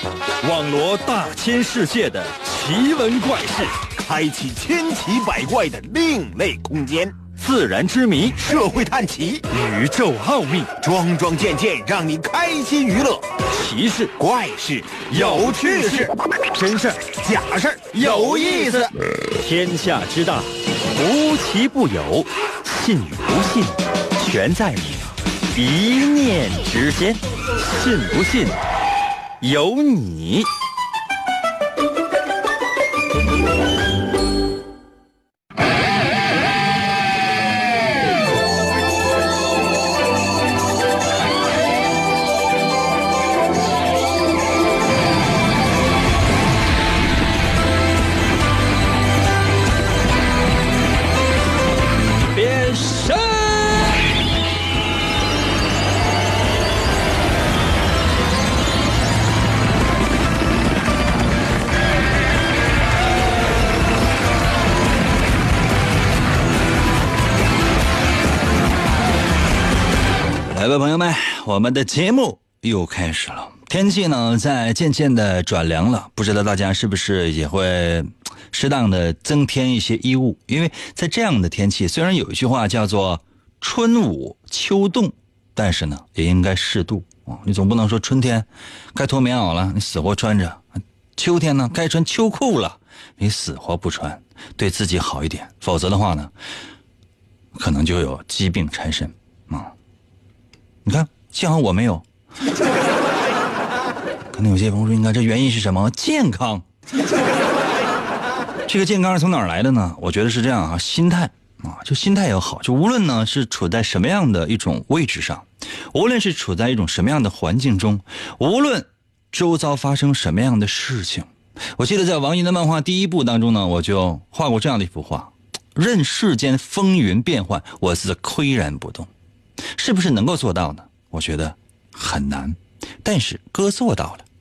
网罗大千世界的奇闻怪事， 开启千奇百怪的另类空间， 自然之谜， 社会探奇， 宇宙奥秘， 桩桩件件让你开心娱乐。 奇事怪事有趣事， 真事儿假事儿有意思。 天下之大，无奇不有，信与不信全在你一念之间。信不信由你。来吧，朋友们，我们的节目又开始了。天气呢在渐渐的转凉了，不知道大家是不是也会适当的增添一些衣物，因为在这样的天气，虽然有一句话叫做春捂秋冻，但是呢也应该适度。你总不能说春天该脱棉袄了你死活穿着，秋天呢该穿秋裤了你死活不穿，对自己好一点，否则的话呢可能就有疾病缠身啊。你看幸好我没有。可能有些朋友说应该这原因是什么？健康。这个健康是从哪儿来的呢？我觉得是这样啊，心态啊，就心态要好，就无论呢是处在什么样的一种位置上，无论是处在一种什么样的环境中，无论周遭发生什么样的事情。我记得在王寅的漫画第一部当中呢，我就画过这样的一幅画：任世间风云变幻，我自岿然不动。是不是能够做到呢？我觉得很难，但是哥做到了。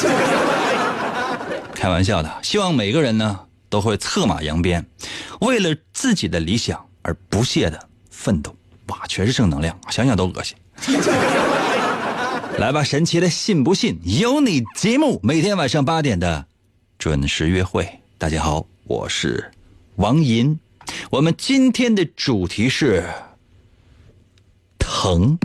开玩笑的，希望每个人呢都会策马扬鞭，为了自己的理想而不懈的奋斗。哇，全是正能量，想想都恶心。来吧，神奇的信不信有你节目，每天晚上8点的准时约会。大家好，我是王寅，我们今天的主题是疼。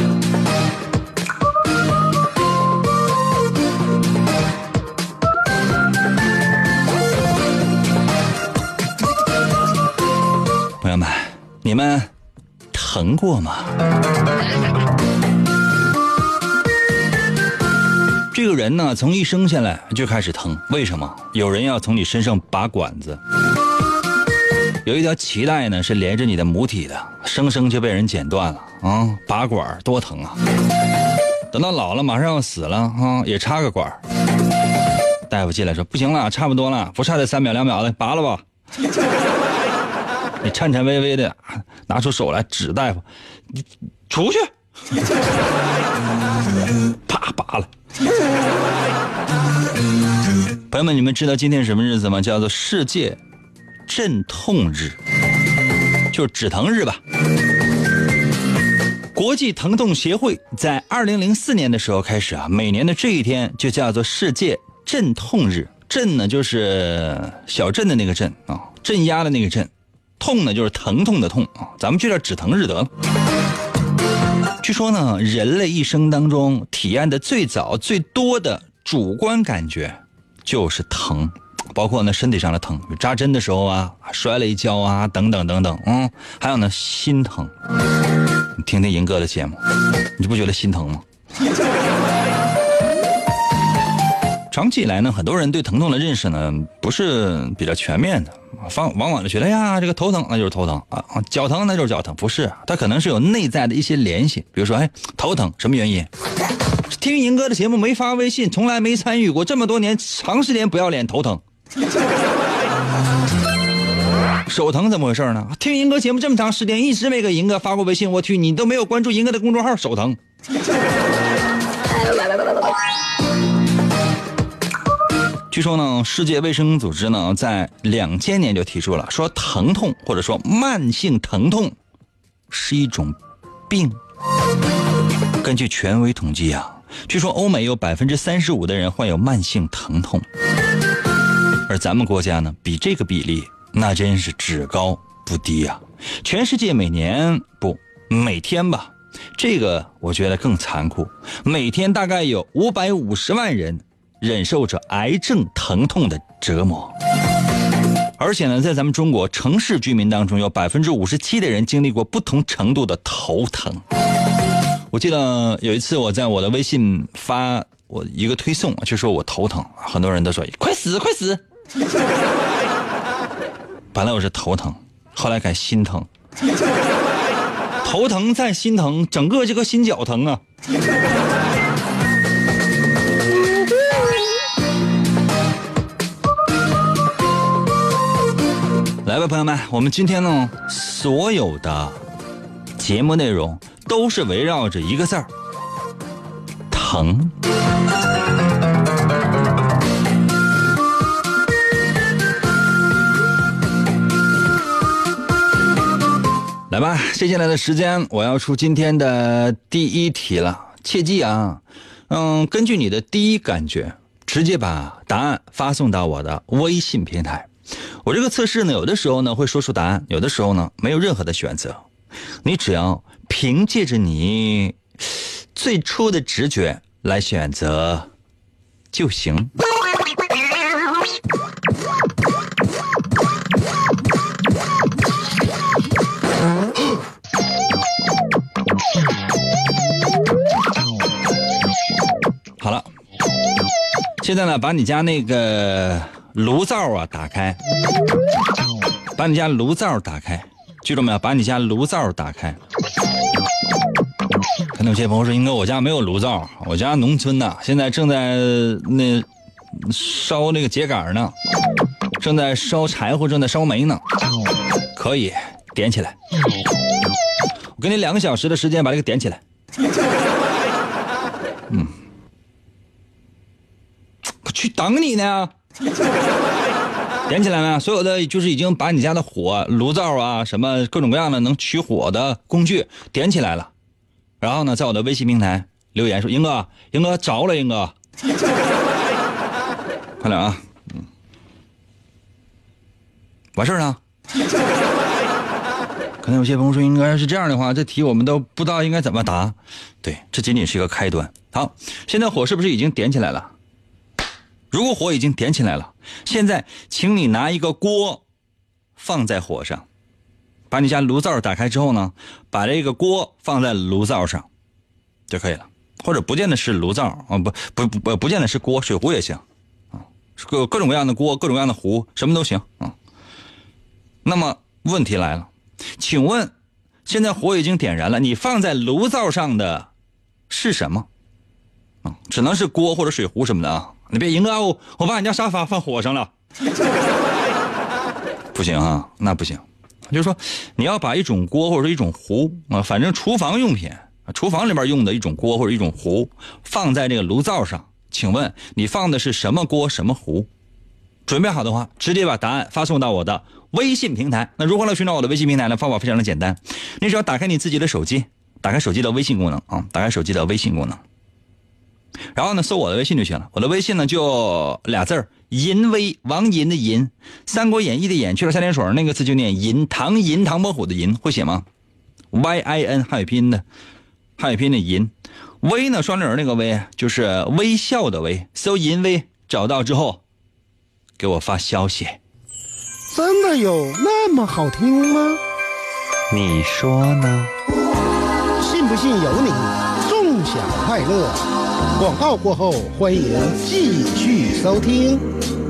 朋友们，你们疼过吗？这个人呢，从一生下来就开始疼，为什么？有人要从你身上拔管子，有一条脐带呢是连着你的母体的，生生就被人剪断了啊！拔管多疼啊！等到老了马上要死了啊，也插个管。大夫进来说不行了，差不多了，不差这3秒2秒的，拔了吧。你颤颤巍巍的拿出手来指大夫，你出去。啪拔了。朋友们，你们知道今天什么日子吗？叫做世界镇痛日，就是止疼日吧。国际疼痛协会在2004年的时候开始啊，每年的这一天就叫做世界镇痛日。镇呢就是小镇的那个镇啊，镇压的那个镇，痛呢就是疼痛的痛啊，咱们就叫止疼日得了。据说呢，人类一生当中体验的最早最多的主观感觉就是疼，包括呢身体上的疼，扎针的时候啊，摔了一跤啊，等等等等，还有呢心疼。你听听银哥的节目，你不觉得心疼吗？长期以来呢，很多人对疼痛的认识呢不是比较全面的，往往就觉得呀，这个头疼那就是头疼啊，脚疼那就是脚疼，不是，它可能是有内在的一些联系。比如说，头疼什么原因？听银哥的节目没发微信，从来没参与过，这么多年长时间不要脸，头疼。手疼怎么回事呢？听银哥节目这么长时间，一直没给银哥发过微信，我去，你都没有关注银哥的公众号，手疼。据说呢，世界卫生组织呢在2000年就提出了，说疼痛或者说慢性疼痛是一种病。根据权威统计啊， 据说欧美有35%的人患有慢性疼痛，而咱们国家呢，比这个比例那真是只高不低啊！全世界每天吧，这个我觉得更残酷，每天大概有550万人忍受着癌症疼痛的折磨。而且呢，在咱们中国城市居民当中，有57%的人经历过不同程度的头疼。我记得有一次我在我的微信发我一个推送，就说我头疼，很多人都说快死快死。本来我是头疼，后来改心疼，头疼再心疼，整个这个心绞疼啊。来吧朋友们，我们今天呢所有的节目内容都是围绕着一个字儿，疼。来吧，接下来的时间我要出今天的第一题了，切记啊，根据你的第一感觉，直接把答案发送到我的微信平台。我这个测试呢，有的时候呢会说出答案，有的时候呢没有任何的选择，你只要凭借着你最初的直觉来选择就行。好了，现在呢把你家那个炉灶啊打开，把你家炉灶打开，记住没有？把你家炉灶打开。可能有些朋友说，应该我家没有炉灶，我家农村呐，现在正在那烧那个秸秆呢，正在烧柴火，正在烧煤呢。可以点起来，我给你2个小时的时间把这个点起来。我去等你呢。点起来了，所有的就是已经把你家的火炉灶啊什么各种各样的能取火的工具点起来了，然后呢在我的微信平台留言说，英哥着了，英哥快点啊，完事儿了。可能有些朋友说，应该是这样的话，这题我们都不知道应该怎么答。对，这仅仅是一个开端。好，现在火是不是已经点起来了？如果火已经点起来了，现在请你拿一个锅放在火上，把你家炉灶打开之后呢，把这个锅放在炉灶上就可以了，或者不见得是炉灶啊，不见得是锅，水壶也行啊，各种各样的锅，各种各样的壶，什么都行啊。那么问题来了，请问现在火已经点燃了，你放在炉灶上的是什么？只能是锅或者水壶什么的啊。你别赢啊！我把你家沙发放火上了，不行啊，那不行。就是说，你要把一种锅或者一种壶啊，反正厨房用品，厨房里边用的一种锅或者一种壶，放在这个炉灶上。请问你放的是什么锅什么壶？准备好的话，直接把答案发送到我的微信平台。那如何来寻找我的微信平台呢？方法非常的简单，你只要打开你自己的手机，打开手机的微信功能啊，打开手机的微信功能。然后呢，搜我的微信就行了。我的微信呢就俩字儿，银威，王银的银，三国演义的演，去了3点水那个字就念银，唐银，唐伯虎的银，会写吗？ YIN 汉语拼音的银，微呢双立人那个微就是微笑的微，搜银威找到之后给我发消息。 真的有那么好听吗？ 你说呢？ 信不信由你，纵享快乐。广告过后，欢迎继续收听。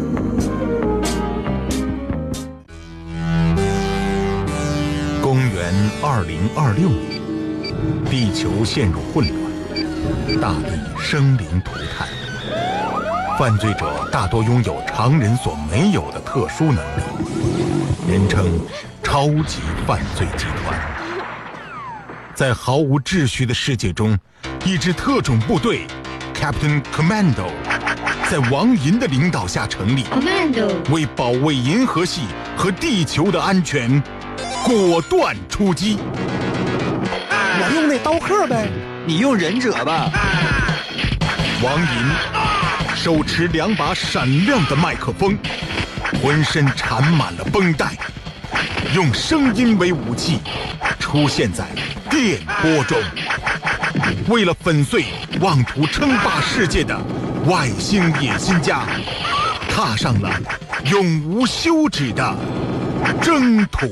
公元2026年，地球陷入混乱，大地生灵涂炭，犯罪者大多拥有常人所没有的特殊能力，人称超级犯罪集团。在毫无秩序的世界中，一支特种部队 Captain Commando 在王银的领导下成立，为保卫银河系和地球的安全，果断出击。 我用那刀客呗， 你用忍者吧。 王银手持2把闪亮的麦克风，浑身缠满了绷带，用声音为武器，出现在电波中，为了粉碎妄图称霸世界的外星野心家，踏上了永无休止的征途。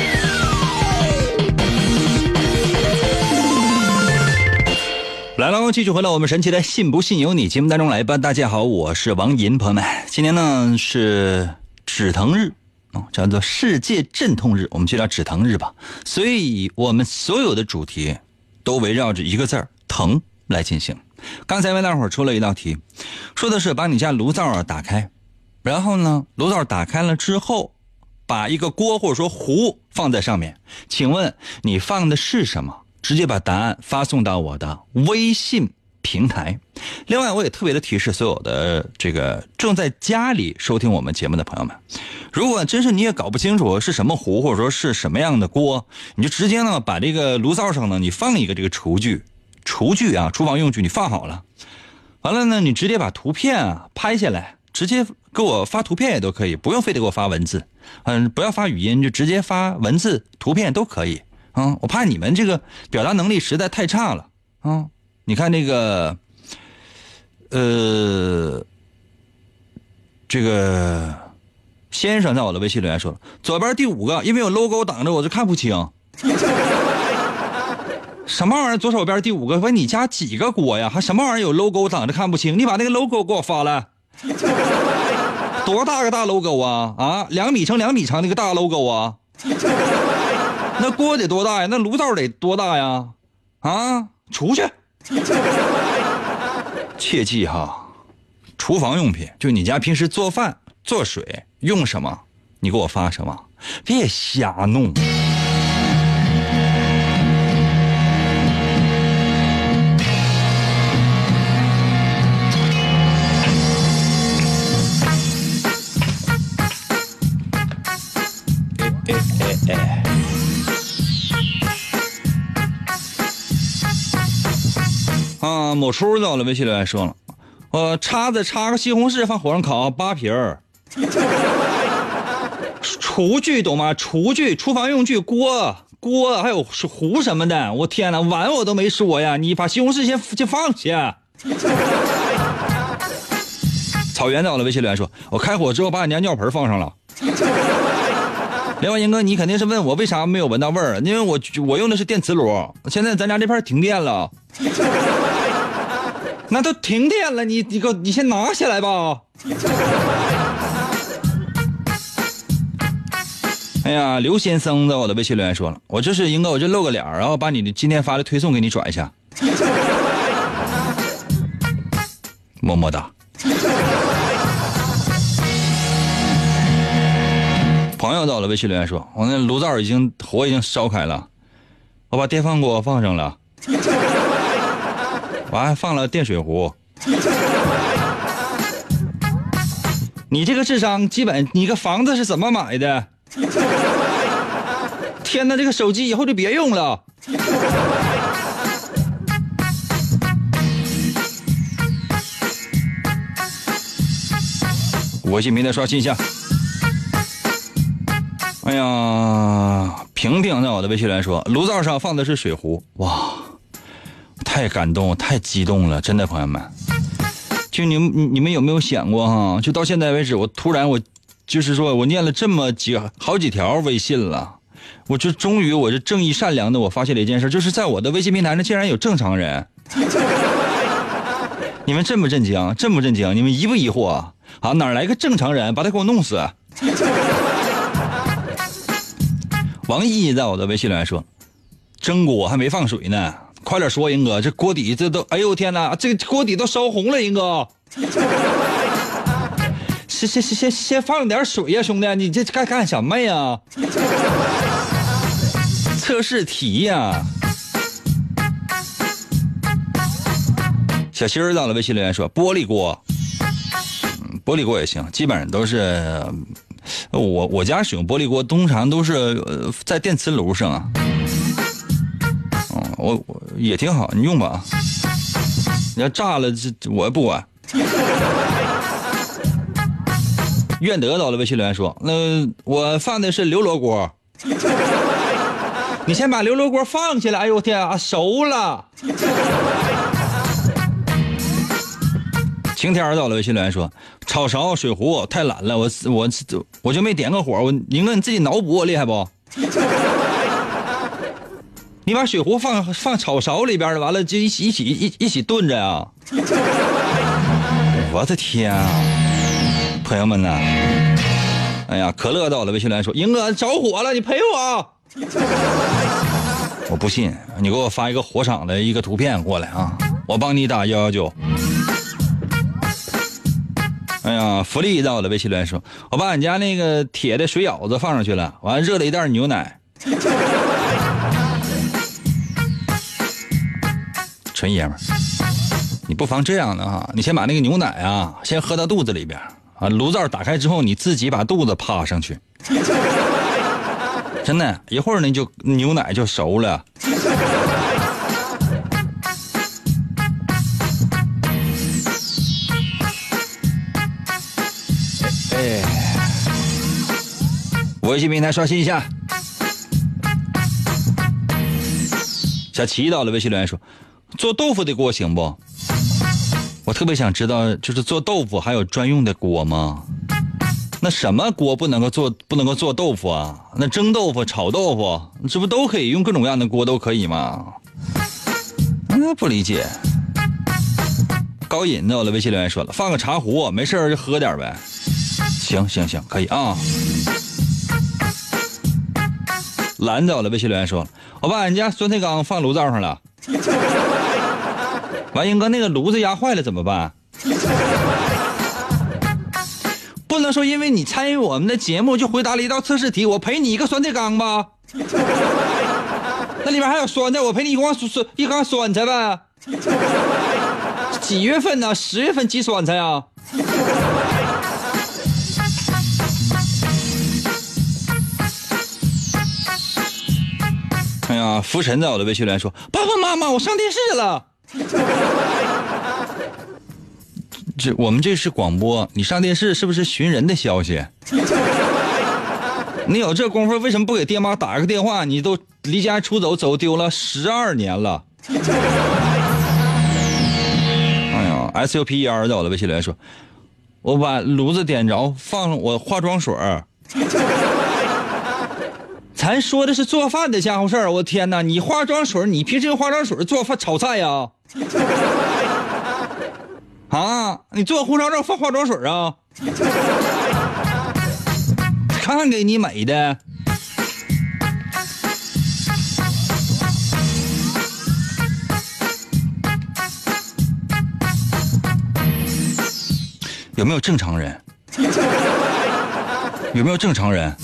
来了，继续回到我们神奇的信不信由你节目当中来吧。大家好，我是王银，朋友们，今天呢是止疼日，叫做世界镇痛日，我们就叫止疼日吧。所以我们所有的主题都围绕着一个字儿疼来进行。刚才为大伙儿出了一道题，说的是把你家炉灶打开，然后呢炉灶打开了之后，把一个锅或者说壶放在上面，请问你放的是什么？直接把答案发送到我的微信平台。另外我也特别的提示所有的这个正在家里收听我们节目的朋友们，如果真是你也搞不清楚是什么壶或者说是什么样的锅，你就直接呢把这个炉灶上呢你放一个这个厨具啊，厨房用具你放好了，完了呢你直接把图片啊拍下来，直接给我发图片也都可以，不用非得给我发文字，不要发语音，就直接发文字图片都可以。我怕你们这个表达能力实在太差了啊！你看这个，这个先生在我的微信留言说了，左边第5个，因为有 logo 挡着我就看不清。什么玩意儿？左手边第5个？问你家几个锅呀？还什么玩意儿有 logo 挡着看不清？你把那个 logo 给我发来。多大个大 logo 啊？啊，2米乘2米长那个大 logo 啊？那锅得多大呀？那炉灶得多大呀？啊，出去！切记哈，厨房用品就你家平时做饭做水用什么，你给我发什么，别瞎弄。某初在我的微信留言说了，叉子插个西红柿放火上烤扒皮儿。厨具懂吗？厨具、厨房用具、锅还有壶什么的，我天哪，碗我都没说呀，你把西红柿先放下。草原在我的微信留言说，我开火之后把你家尿盆放上了。另外英哥，你肯定是问我为啥没有闻到味儿，因为我用的是电磁炉，现在咱家这片停电了。那都停电了，你先拿下来吧。哎呀，刘先生在我的微信留言说了，我这是英哥，我就露个脸，然后把你今天发的推送给你转一下。么么哒。朋友在我的微信留言说，我那炉灶火已经烧开了，我把电饭锅放上了。我还放了电水壶。你这个智商，基本你个房子是怎么买的？天哪，这个手机以后就别用了。微信平台刷新一下。哎呀，平平在我的微信来说，炉灶上放的是水壶，哇！太感动，太激动了，真的朋友们，就你们有没有想过哈？就到现在为止，我突然就是说我念了这么好几条微信了，我就终于我这正义善良的我发现了一件事，就是在我的微信平台上竟然有正常人。你们震不震惊？震不震惊？你们疑不疑惑啊？哪来个正常人把他给我弄死？王毅在我的微信里来说，蒸锅还没放水呢。快点说，英哥，这锅底这都，哎呦天哪，这个锅底都烧红了，英哥。先放点水呀，兄弟，你这干什么呀？测试题呀。小新儿到了微信留言说，玻璃锅，玻璃锅也行，基本上都是我家使用玻璃锅，通常都是在电磁炉上啊。我也挺好，你用吧。 你要炸了，我不管。愿得到了微信留言说，那我放的是刘罗锅。你先把刘罗锅放起来。哎呦我天啊，熟了。晴天到了微信留言说，炒勺水壶太懒了，我就没点个火。宁哥你自己脑补，厉害不？你把水壶放炒勺里边了，完了就一起炖着呀。我的天啊，朋友们呐！哎呀，可乐到了微信留言说，英哥着火了，你陪我。我不信，你给我发一个火场的一个图片过来啊，我帮你打119。哎呀，福利到了微信留言说，我把你家那个铁的水舀子放上去了，完了热了一袋牛奶。纯爷们儿，你不妨这样的啊，你先把那个牛奶啊先喝到肚子里边啊，炉灶打开之后你自己把肚子趴上去。真的，一会儿呢就牛奶就熟了。哎，微信平台刷新一下。小齐到了微信留言说，做豆腐的锅行不？我特别想知道，就是做豆腐还有专用的锅吗？那什么锅不能够做豆腐啊？那蒸豆腐、炒豆腐，这不都可以用各种各样的锅都可以吗？不理解。高引到了微信留言说了，放个茶壶，没事就喝点呗。行，可以啊。蓝到了微信留言说了，我把俺家酸菜缸放炉灶上了。完，英哥那个炉子压坏了怎么办？不能说因为你参与我们的节目就回答了一道测试题，我赔你一个酸菜缸吧。那里边还有酸菜，我赔你一缸酸菜呗。几月份呢？10月份积酸菜啊。哎呀，浮尘在我的微信留言说，爸爸妈妈我上电视了。我们这是广播，你上电视是不是寻人的消息？你有这功夫为什么不给爹妈打个电话？你都离家出走丢了12年了。哎呀 ，SUP12 在我的微信留言说，我把炉子点着，放我化妆水。咱说的是做饭的家伙事儿，我天哪！你化妆水，你平时用化妆水做饭炒菜呀？啊，你做红烧肉放化妆水啊？看给你美的。有没有正常人？有没有正常人？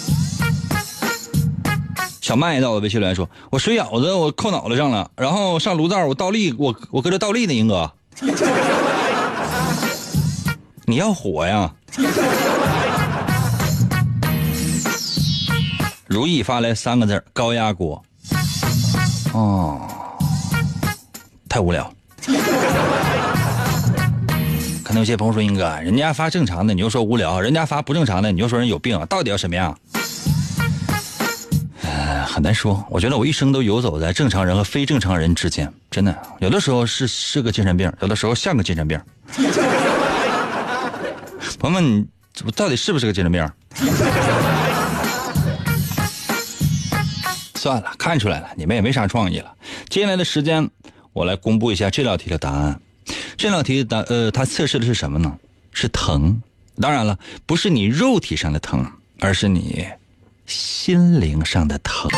小麦到我微信留言说，我水舀子我扣脑袋上了，然后上炉灶我倒立，我搁这倒立呢，英哥。你要火呀。如意发来3个字，高压锅。哦，太无聊。可能有些朋友说，英哥，人家发正常的你就说无聊，人家发不正常的你就说人有病，到底要什么样？很难说，我觉得我一生都游走在正常人和非正常人之间，真的，有的时候是个精神病，有的时候像个精神病。朋友们，你到底是不是个精神病？算了，看出来了，你们也没啥创意了。接下来的时间，我来公布一下这道题的答案。这道题的它测试的是什么呢？是疼。当然了，不是你肉体上的疼，而是你心灵上的疼。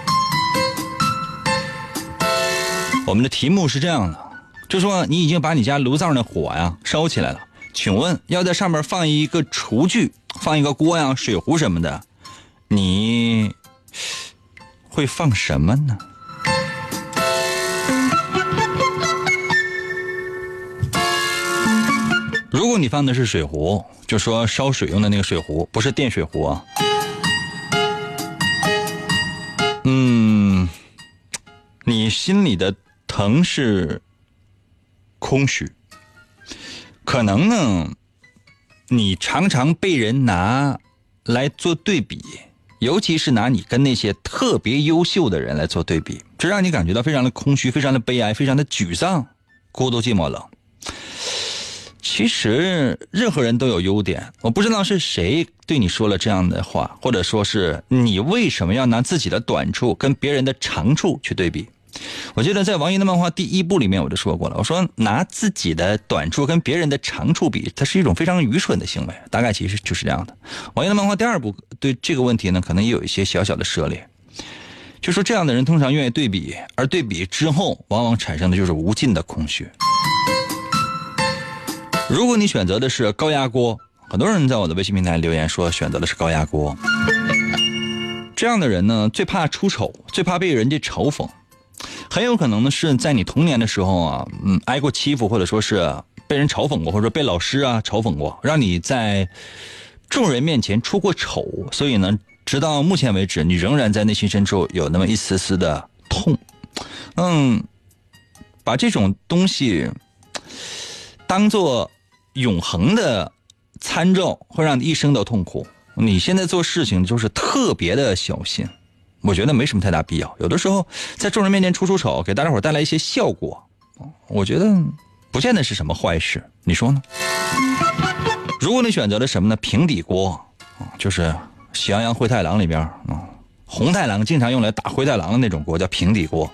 我们的题目是这样的，就说你已经把你家炉灶的火呀烧起来了，请问要在上面放一个厨具，放一个锅呀、水壶什么的，你会放什么呢？如果你放的是水壶，就说烧水用的那个水壶，不是电水壶啊。你心里的疼是空虚。可能呢，你常常被人拿来做对比，尤其是拿你跟那些特别优秀的人来做对比，这让你感觉到非常的空虚，非常的悲哀，非常的沮丧，孤独寂寞冷。其实任何人都有优点，我不知道是谁对你说了这样的话，或者说是你为什么要拿自己的短处跟别人的长处去对比。我记得在王莹的漫画第1部里面我就说过了，我说拿自己的短处跟别人的长处比，它是一种非常愚蠢的行为，大概其实就是这样的。王莹的漫画第2部对这个问题呢可能也有一些小小的涉猎，就说这样的人通常愿意对比，而对比之后往往产生的就是无尽的空虚。如果你选择的是高压锅，很多人在我的微信平台留言说选择的是高压锅，这样的人呢最怕出丑，最怕被人家嘲讽，很有可能呢是在你童年的时候啊，挨过欺负，或者说是被人嘲讽过，或者被老师啊嘲讽过，让你在众人面前出过丑，所以呢直到目前为止你仍然在内心深处有那么一丝丝的痛。把这种东西当作永恒的参照，会让你一生都痛苦。你现在做事情就是特别的小心，我觉得没什么太大必要。有的时候在众人面前出丑，给大家伙带来一些效果，我觉得不见得是什么坏事，你说呢？如果你选择了什么呢？平底锅，就是喜羊羊灰太狼里边红太狼经常用来打灰太狼的那种锅，叫平底锅。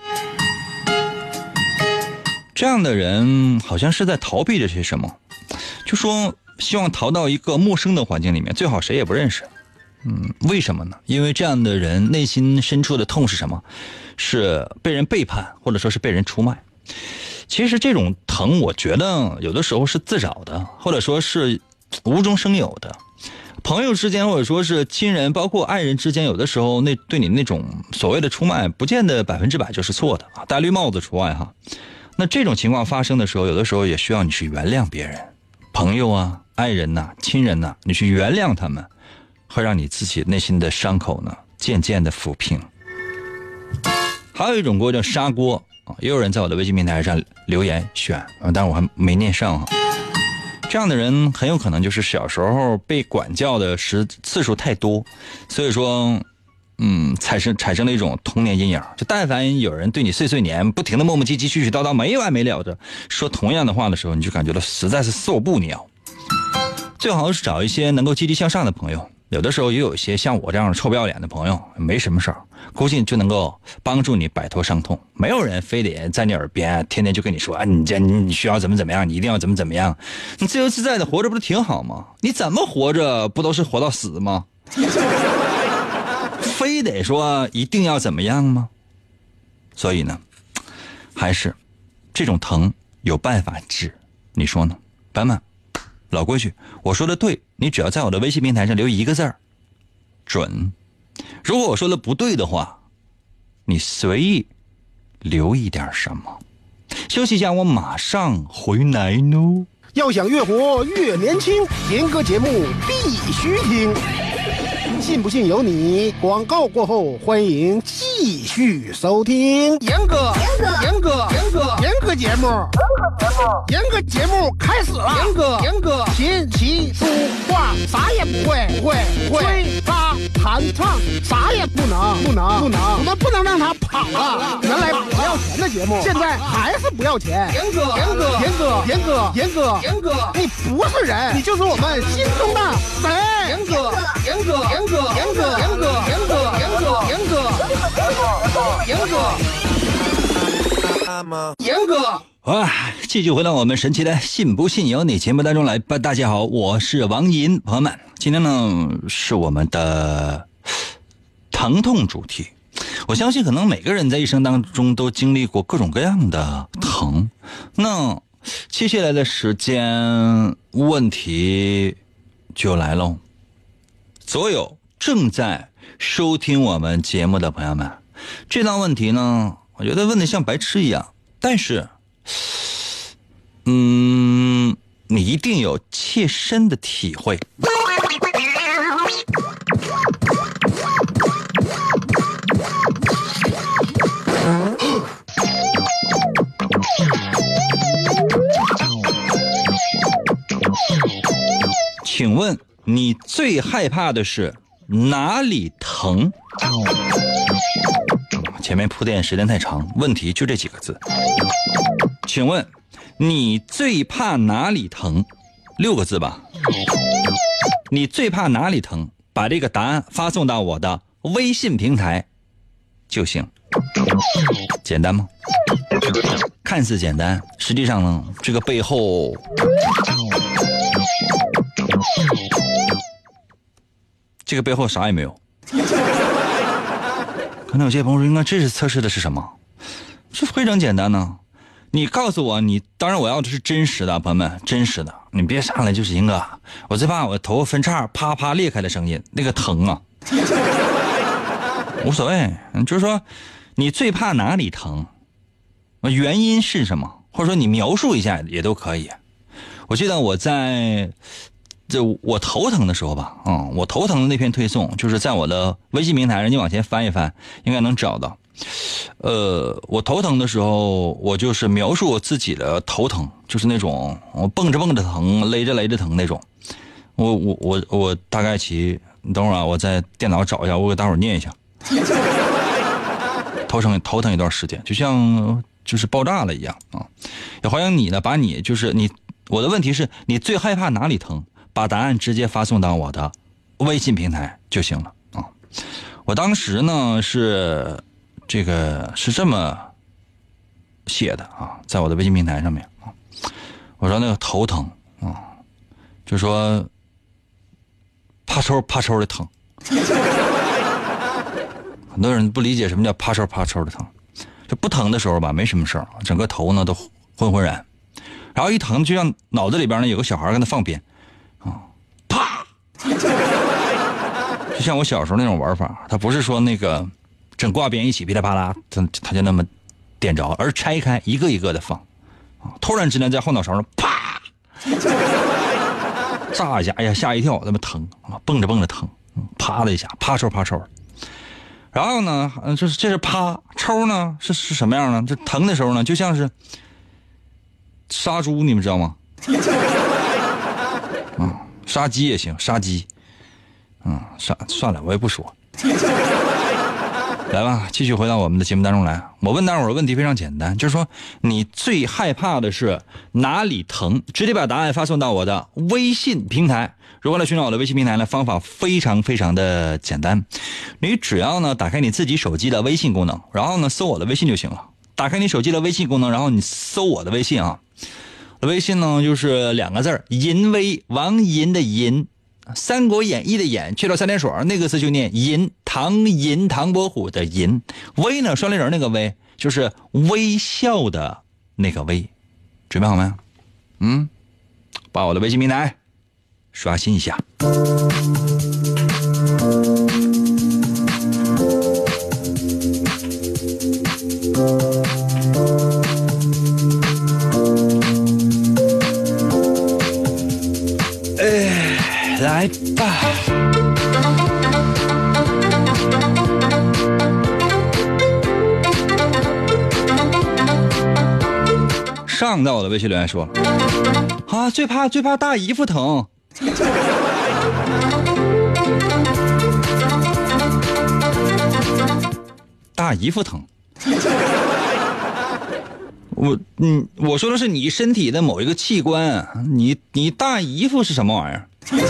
这样的人好像是在逃避着些什么，就说希望逃到一个陌生的环境里面，最好谁也不认识。为什么呢？因为这样的人内心深处的痛是什么？是被人背叛，或者说是被人出卖。其实这种疼我觉得有的时候是自找的，或者说是无中生有的。朋友之间或者说是亲人包括爱人之间，有的时候对你那种所谓的出卖不见得100%就是错的，戴绿帽子除外哈。那这种情况发生的时候，有的时候也需要你去原谅别人，朋友啊、爱人呐、亲人呐，你去原谅他们，会让你自己内心的伤口呢渐渐的抚平。还有一种锅叫砂锅，也有人在我的微信平台上留言选，但是我还没念上。这样的人很有可能就是小时候被管教的次数太多，所以说产生了一种童年阴影。就但凡有人对你碎碎念，不停的磨磨唧唧、絮絮叨叨、没完没了的说同样的话的时候，你就感觉到实在是受不了。最好是找一些能够积极向上的朋友，有的时候也有一些像我这样的臭不要脸的朋友，没什么事儿，估计就能够帮助你摆脱伤痛。没有人非得在你耳边天天就跟你说你需要怎么样，你一定要怎么样，你自由自在的活着不是挺好吗？你怎么活着不都是活到死吗？非得说一定要怎么样吗？所以呢，还是这种疼有办法治，你说呢？朋友们，老规矩，我说的对，你只要在我的微信平台上留一个字儿，准。如果我说的不对的话，你随意留一点什么。休息一下，我马上回来呢。 要想越活越年轻，严哥节目必须听。信不信由你。广告过后，欢迎继续收听严哥节目。严哥节目开始了。严哥琴棋书画啥也不会，吹拉弹唱啥也不能，我们不能让他跑了。原来不要钱的节目，现在还是不要钱。严哥，你不是人，你就是我们心中的神。严哥。 继续回到我们神奇的信不信由你节目当中来吧。大家好，我是王银，朋友们，今天呢是我们的疼痛主题。我相信可能每个人在一生当中都经历过各种各样的疼。那接下来的时间问题就来喽。所有正在收听我们节目的朋友们，这道问题呢，我觉得问得像白痴一样，但是你一定有切身的体会。 请问你最害怕的是哪里疼？前面铺垫时间太长，问题就这几个字。请问你最怕哪里疼？6个字吧。你最怕哪里疼？把这个答案发送到我的微信平台就行。简单吗？看似简单，实际上呢，这个背后啥也没有。可能有些朋友说，应该这次测试的是什么？这非常简单呢。你告诉我，当然我要的是真实的，朋友们，真实的。你别上来就是赢哥，我最怕我头发分叉啪啪裂开的声音，那个疼啊。无所谓，就是说你最怕哪里疼，原因是什么，或者说你描述一下也都可以。我记得我头疼的时候吧，我头疼的那篇推送就是在我的微信平台上，你往前翻一翻应该能找到。我头疼的时候，我就是描述我自己的头疼，就是那种我蹦着蹦着疼，勒着勒着疼那种。我大概其，你等会儿啊，我在电脑找一下，我给大伙儿念一下。头疼一段时间，就像就是爆炸了一样啊！也欢迎你呢，把你就是你，我的问题是你最害怕哪里疼？把答案直接发送到我的微信平台就行了啊！我当时呢是这么写的啊，在我的微信平台上面啊，我说那个头疼啊，就说啪抽的疼。很多人不理解什么叫啪抽的疼，就不疼的时候吧没什么事儿，整个头呢都浑浑然，然后一疼就像脑子里边呢有个小孩跟他放鞭啊，啪，就像我小时候那种玩法，他不是说那个整挂鞭一起噼里啪啦他就那么点着，而拆开一个一个的放啊，突然之间在后脑勺上啪炸一下，哎呀吓一跳，那么疼啊，蹦着疼，啪的一下，啪抽的。然后呢，这是啪抽呢，是什么样呢？这疼的时候呢，就像是杀猪，你们知道吗？杀鸡也行，杀鸡，算了，我也不说。来吧，继续回到我们的节目当中来。我问大伙儿问题非常简单，就是说你最害怕的是哪里疼？直接把答案发送到我的微信平台。如何来寻找我的微信平台呢？方法非常的简单，你只要呢打开你自己手机的微信功能，然后呢搜我的微信就行了。打开你手机的微信功能，然后你搜我的微信啊。我的微信呢就是2个字，淫威，王淫的淫，三国演义的演，去掉3点水，那个字就念淫，唐伯虎的淫。微呢双立人那个微，就是微笑的那个微。准备好没？把我的微信平台刷新一下。来吧。上到我的微信留言说啊，最怕大姨夫疼。大姨夫疼。我说的是你身体的某一个器官，你大姨夫是什么玩意儿？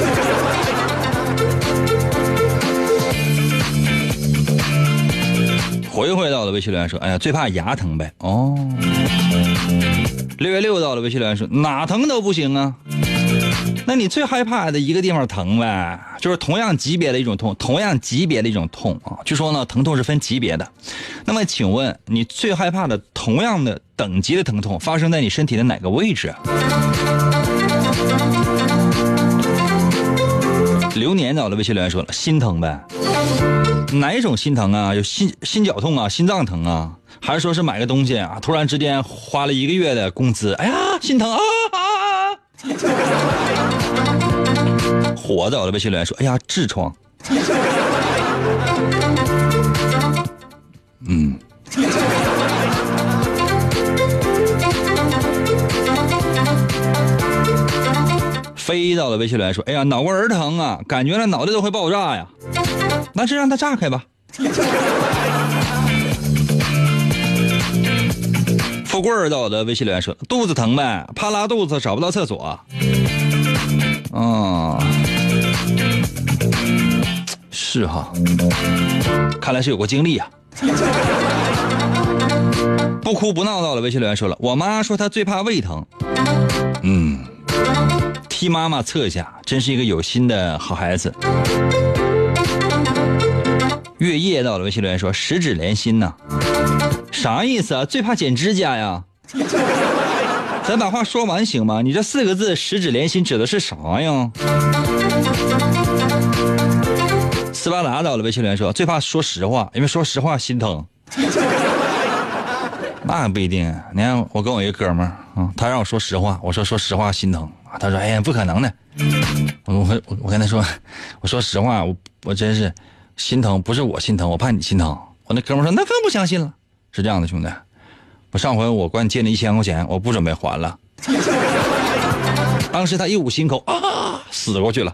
回到我的微信留言说，哎呀，最怕牙疼呗。哦，6月6到了微信留言说，哪疼都不行啊。那你最害怕的一个地方疼呗，就是同样级别的一种痛啊。据说呢，疼痛是分级别的。那么请问你最害怕的同样的等级的疼痛发生在你身体的哪个位置？流年到了微信留言说了，心疼呗。哪一种心疼啊？有心绞痛啊，心脏疼啊，还是说是买个东西啊，突然之间花了1个月的工资，哎呀心疼啊！火到了微信留言说，哎呀痔疮。 飞到了微信留言说，哎呀，脑瓜仁疼啊，感觉那脑袋都会爆炸呀。那就让它炸开吧。富贵到的微信留言说，肚子疼呗，怕拉肚子找不到厕所。是哈，看来是有过经历啊。不哭不闹到了微信留言说了，我妈说她最怕胃疼。替妈妈测一下，真是一个有心的好孩子。月夜到了微信留言说，十指连心呐。啥意思啊？最怕剪指甲呀？咱把话说完行吗？你这4个字十指连心指的是啥呀？斯巴达到了微信留言说，最怕说实话，因为说实话心疼。那不一定，你看我跟我一个哥们儿他让我说实话，我说实话心疼，他说哎呀不可能的。我跟他说，我说实话，我真是心疼，不是我心疼，我怕你心疼。我那哥们儿说那更不相信了。是这样的兄弟，我上回我管你借了1000块钱，我不准备还了。当时他一捂心口啊，死过去了。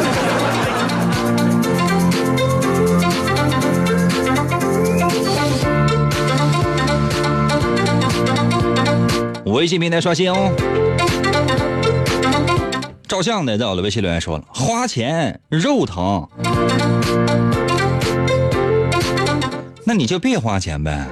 微信平台刷新哦。照相的在我的微信留言说了，花钱肉疼，那你就别花钱呗。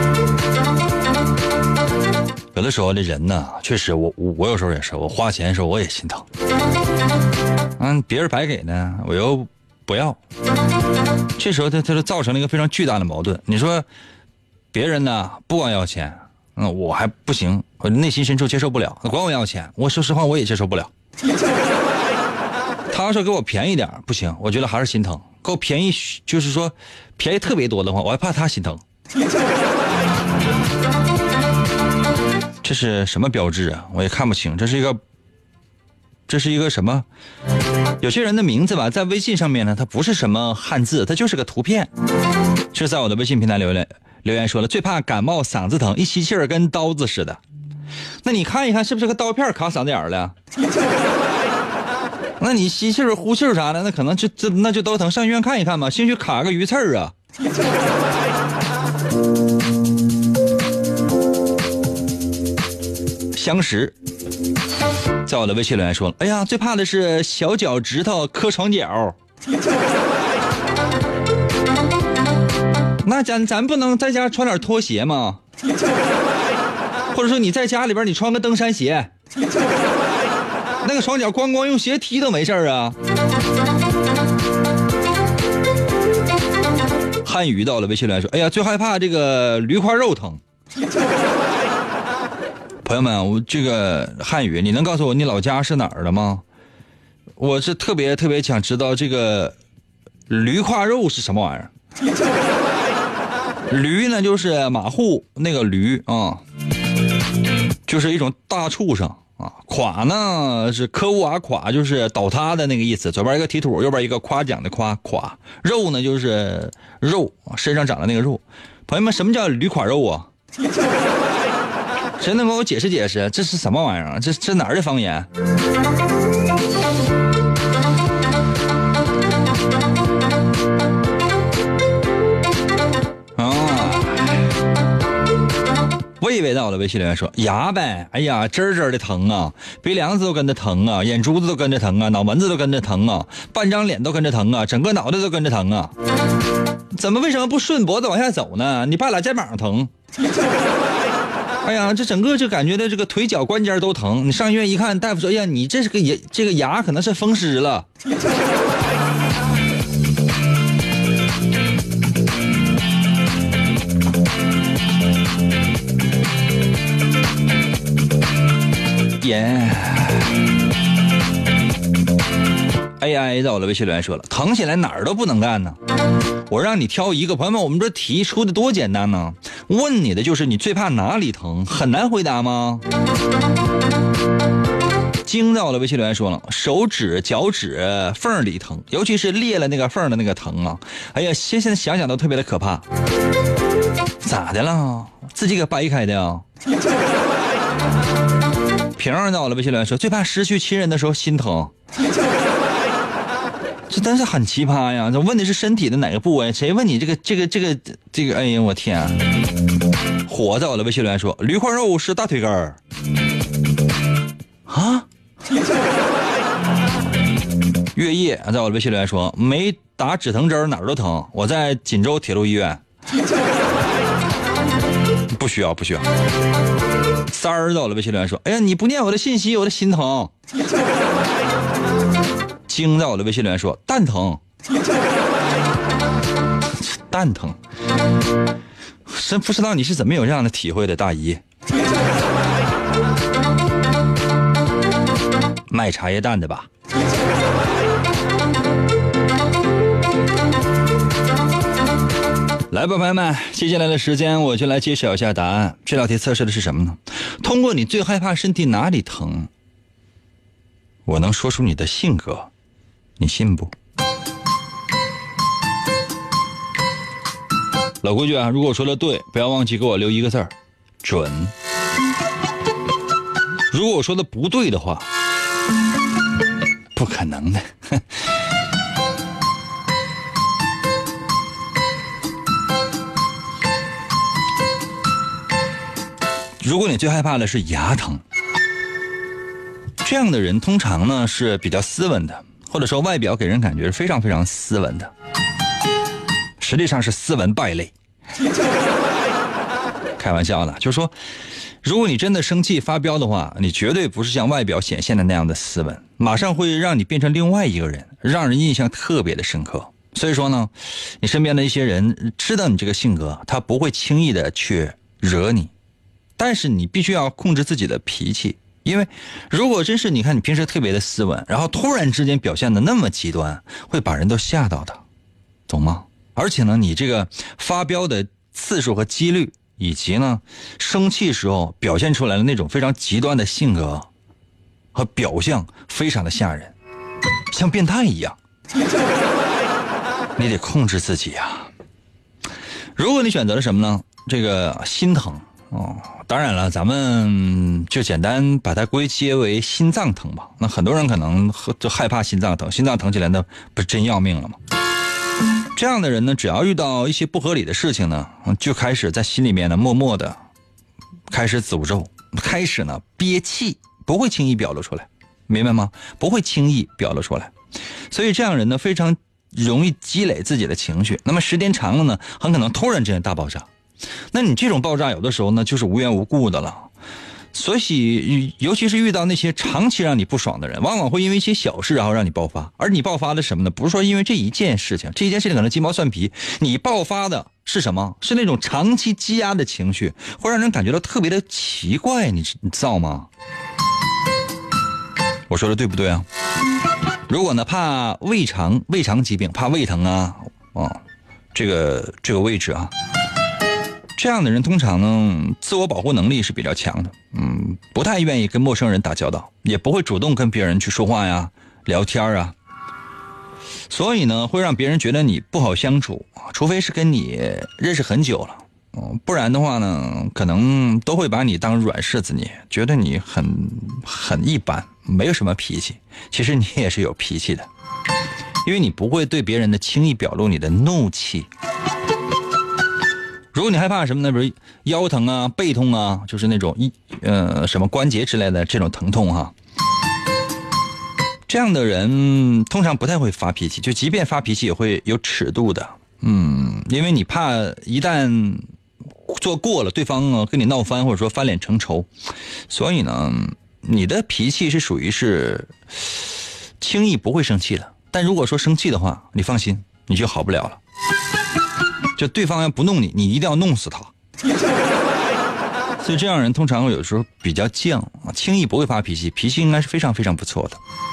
有的时候这人呢，确实我有时候也是，我花钱的时候我也心疼。别人白给呢，我又不要，这时候他就造成了一个非常巨大的矛盾。你说别人呢不光要钱，我还不行，我内心深处接受不了。管我要钱，我说实话我也接受不了。他要说给我便宜点不行，我觉得还是心疼。给我便宜，就是说便宜特别多的话，我还怕他心疼。这是什么标志啊？我也看不清。这是一个什么？有些人的名字吧，在微信上面呢，它不是什么汉字，它就是个图片。这在我的微信平台留言说了，最怕感冒嗓子疼，一吸气儿跟刀子似的。那你看一看是不是个刀片卡嗓子眼了？那你吸气儿呼气儿啥的，那可能那就都疼，上医院看一看吧，兴许卡个鱼刺儿啊。相识在我的微信留言说了，哎呀，最怕的是小脚趾头磕床脚。那咱不能在家穿点拖鞋吗？或者说你在家里边你穿个登山鞋，那个床脚光用鞋踢都没事啊。汉语到了微信来说，哎呀，最害怕这个驴胯肉疼。朋友们，我这个汉语，你能告诉我你老家是哪儿的吗？我是特别想知道这个驴胯肉是什么玩意儿。驴呢就是马户那个驴啊，就是一种大畜生啊。垮呢是科乌瓦垮，就是倒塌的那个意思，左边一个提土，右边一个夸奖的夸。肉呢就是肉，身上长的那个肉。朋友们，什么叫驴胯肉啊？谁能给我解释解释，这是什么玩意儿？这哪儿的方言？魏魏到了微信留言说，牙呗，哎呀，真的疼啊，鼻梁子都跟着疼啊，眼珠子都跟着疼啊，脑门子都跟着疼啊，半张脸都跟着疼啊，整个脑袋都跟着疼啊。为什么不顺脖子往下走呢？你爸俩肩膀疼。哎呀，这整个就感觉的这个腿脚关节都疼。你上医院一看，大夫说，哎呀，你这个牙可能是风湿了。AI 在我的微信留言说了，疼起来哪儿都不能干呢。我让你挑一个，朋友们，我们这题出的多简单呢，问你的就是你最怕哪里疼，很难回答吗？经在我的微信留言说了，手指脚趾缝里疼，尤其是裂了那个缝的那个疼啊，哎呀，现在想想都特别的可怕。咋的了？自己给掰开的呀？ 平儿到了微信留言说，最怕失去亲人的时候心疼。这真是很奇葩呀！这问的是身体的哪个部位？谁问你这个？哎呀，我天啊！火在我的微信留言说，驴块肉是大腿根儿啊。月夜在我的微信留言说，没打止疼针哪儿都疼，我在锦州铁路医院。不需要。三儿在我的微信留言说，哎呀，你不念我的信息，我的心疼。经在我的微信留言说，蛋疼。蛋疼，真不知道你是怎么有这样的体会的，大姨。卖茶叶蛋的吧。来吧，朋友们，接下来的时间我就来揭晓一下答案。这道题测试的是什么呢？通过你最害怕身体哪里疼，我能说出你的性格，你信不？老规矩啊，如果说的对，不要忘记给我留一个字儿，准。如果我说的不对的话，不可能的。如果你最害怕的是牙疼，这样的人通常呢是比较斯文的，或者说外表给人感觉是非常非常斯文的，实际上是斯文败类。开玩笑的，就是说如果你真的生气发飙的话，你绝对不是像外表显现的那样的斯文，马上会让你变成另外一个人，让人印象特别的深刻。所以说呢，你身边的一些人知道你这个性格，他不会轻易的去惹你，但是你必须要控制自己的脾气，因为如果真是你看你平时特别的斯文，然后突然之间表现的那么极端，会把人都吓到的，懂吗？而且呢，你这个发飙的次数和几率，以及呢生气时候表现出来的那种非常极端的性格和表象，非常的吓人，像变态一样。你得控制自己啊。如果你选择了什么呢？这个心疼当然了，咱们就简单把它归结为心脏疼吧。那很多人可能就害怕心脏疼，心脏疼起来那不是真要命了吗？这样的人呢，只要遇到一些不合理的事情呢，就开始在心里面呢默默的开始诅咒，开始呢憋气，不会轻易表露出来，明白吗？不会轻易表露出来。所以这样人呢非常容易积累自己的情绪，那么时间长了呢，很可能突然之间大爆炸。那你这种爆炸有的时候呢就是无缘无故的了，所以尤其是遇到那些长期让你不爽的人，往往会因为一些小事然后让你爆发。而你爆发的什么呢？不是说因为这一件事情，这一件事情可能鸡毛蒜皮，你爆发的是什么？是那种长期积压的情绪，会让人感觉到特别的奇怪，你知道吗？我说的对不对啊？如果呢怕胃肠疾病，怕胃疼啊，这个位置啊，这样的人通常呢自我保护能力是比较强的，不太愿意跟陌生人打交道，也不会主动跟别人去说话呀、聊天啊，所以呢会让别人觉得你不好相处，除非是跟你认识很久了，不然的话呢可能都会把你当软柿子捏，觉得你很一般，没有什么脾气。其实你也是有脾气的，因为你不会对别人的轻易表露你的怒气。如果你害怕什么呢？比如腰疼啊、背痛啊，就是那种什么关节之类的这种疼痛哈，这样的人通常不太会发脾气，就即便发脾气也会有尺度的，因为你怕一旦做过了，对方跟你闹翻或者说翻脸成仇，所以呢，你的脾气是属于是轻易不会生气的。但如果说生气的话，你放心，你就好不了了。就对方要不弄你，你一定要弄死他。所以这样人通常有时候比较犟，轻易不会发脾气，脾气应该是非常非常不错的。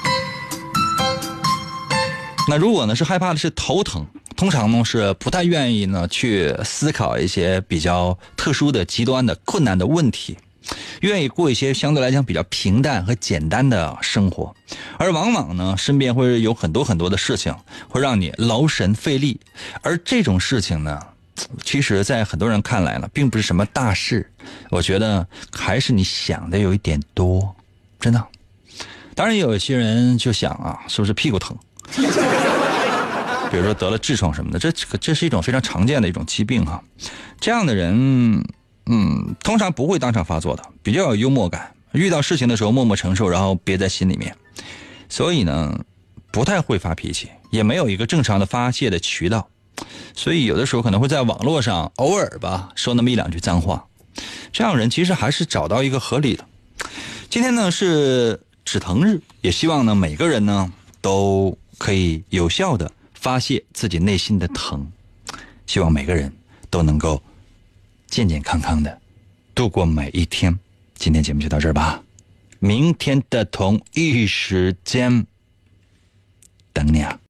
那如果呢是害怕的是头疼，通常呢是不太愿意呢去思考一些比较特殊的、极端的、困难的问题，愿意过一些相对来讲比较平淡和简单的生活，而往往呢身边会有很多很多的事情会让你劳神费力，而这种事情呢其实在很多人看来呢并不是什么大事，我觉得还是你想的有一点多， 真的。当然也有一些人就想啊，是不是屁股疼？比如说得了痔疮什么的，这是一种非常常见的一种疾病哈。这样的人，通常不会当场发作的，比较有幽默感，遇到事情的时候默默承受，然后憋在心里面，所以呢，不太会发脾气，也没有一个正常的发泄的渠道，所以有的时候可能会在网络上偶尔吧说那么一两句脏话。这样人其实还是找到一个合理的。今天呢是止疼日，也希望呢每个人呢都可以有效的发泄自己内心的疼，希望每个人都能够健健康康的度过每一天。今天节目就到这儿吧，明天的同一时间等你啊。